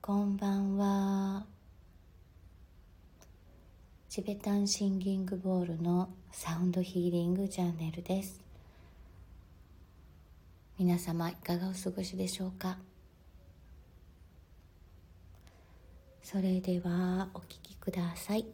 こんばんは。チベタンシンギングボールのサウンドヒーリングチャンネルです。皆様いかがお過ごしでしょうか。それではお聞きください。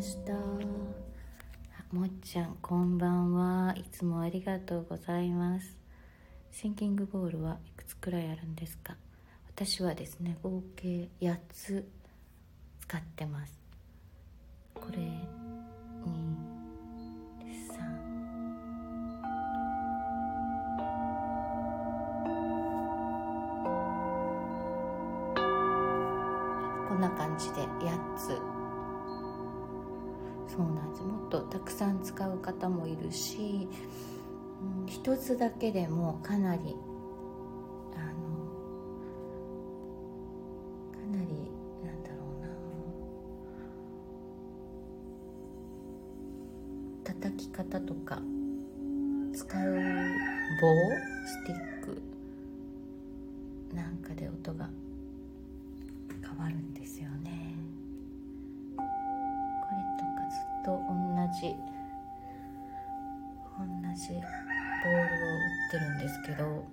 した。もっちゃんこんばんは。いつもありがとうございます。シンキングボールはいくつくらいあるんですか？私はですね、合計8つ使ってます。これ2、3、こんな感じで8つ。そうなんです。もっとたくさん使う方もいるし、1つだけでもかなりなんだろうな、叩き方とか使う棒、スティックなんかで音が変わるんですよね。これとかずっと同じボールを打ってるんですけど、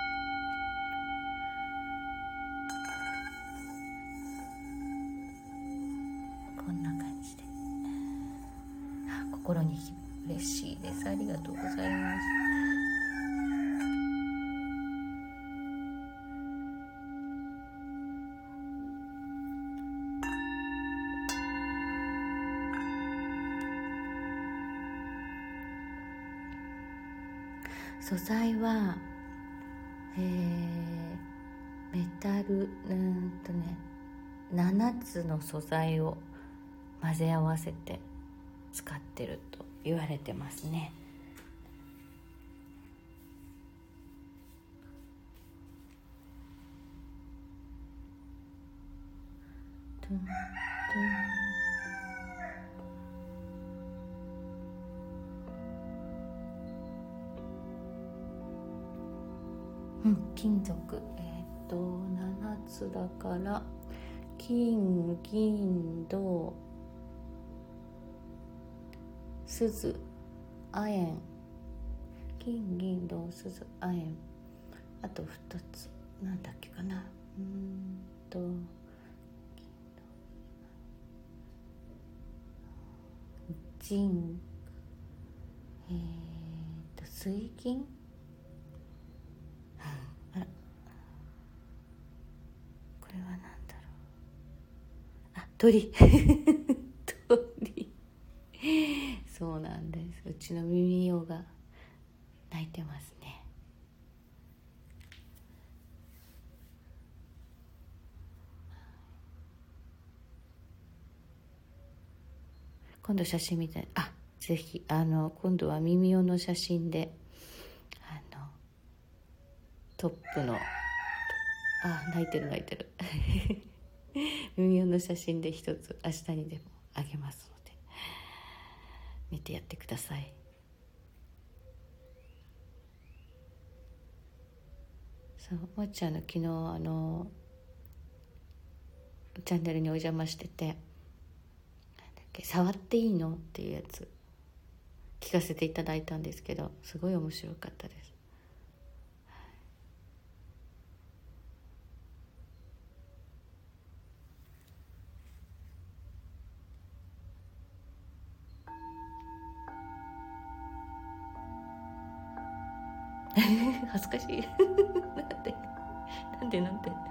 こんな感じで心に嬉しいです。ありがとうございます。素材は、メタル7つの素材を混ぜ合わせて使ってると言われてますね。金属7つだから金、銀、銅、錫、亜鉛、金、銀、銅、錫、亜鉛、あと2つなんだっけかな、金、水銀、あら、これは何だろう、鳥鳥そうなんです。うちの耳用が鳴いてますね。今度写真見て、ぜひ今度は耳用の写真でトップの泣いてる耳用の写真で一つ明日にでもあげますので見てやってください。そう、もっちゃんの昨日チャンネルにお邪魔してて、触っていいのっていうやつ聞かせていただいたんですけど、すごい面白かったです。恥ずかしいなんで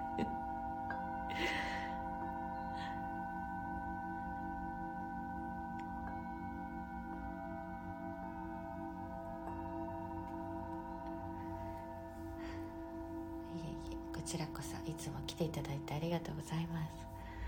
こちらこそいつも来ていただいてありがとうございます。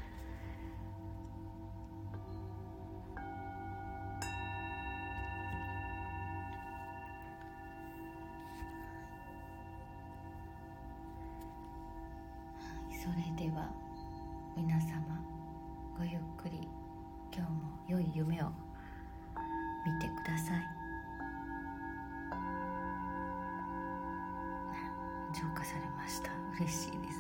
それでは皆様ごゆっくり今日も良い夢を見てください。浄化されました。嬉しいです。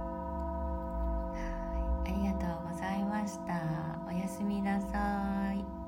ありがとうございました。おやすみなさい。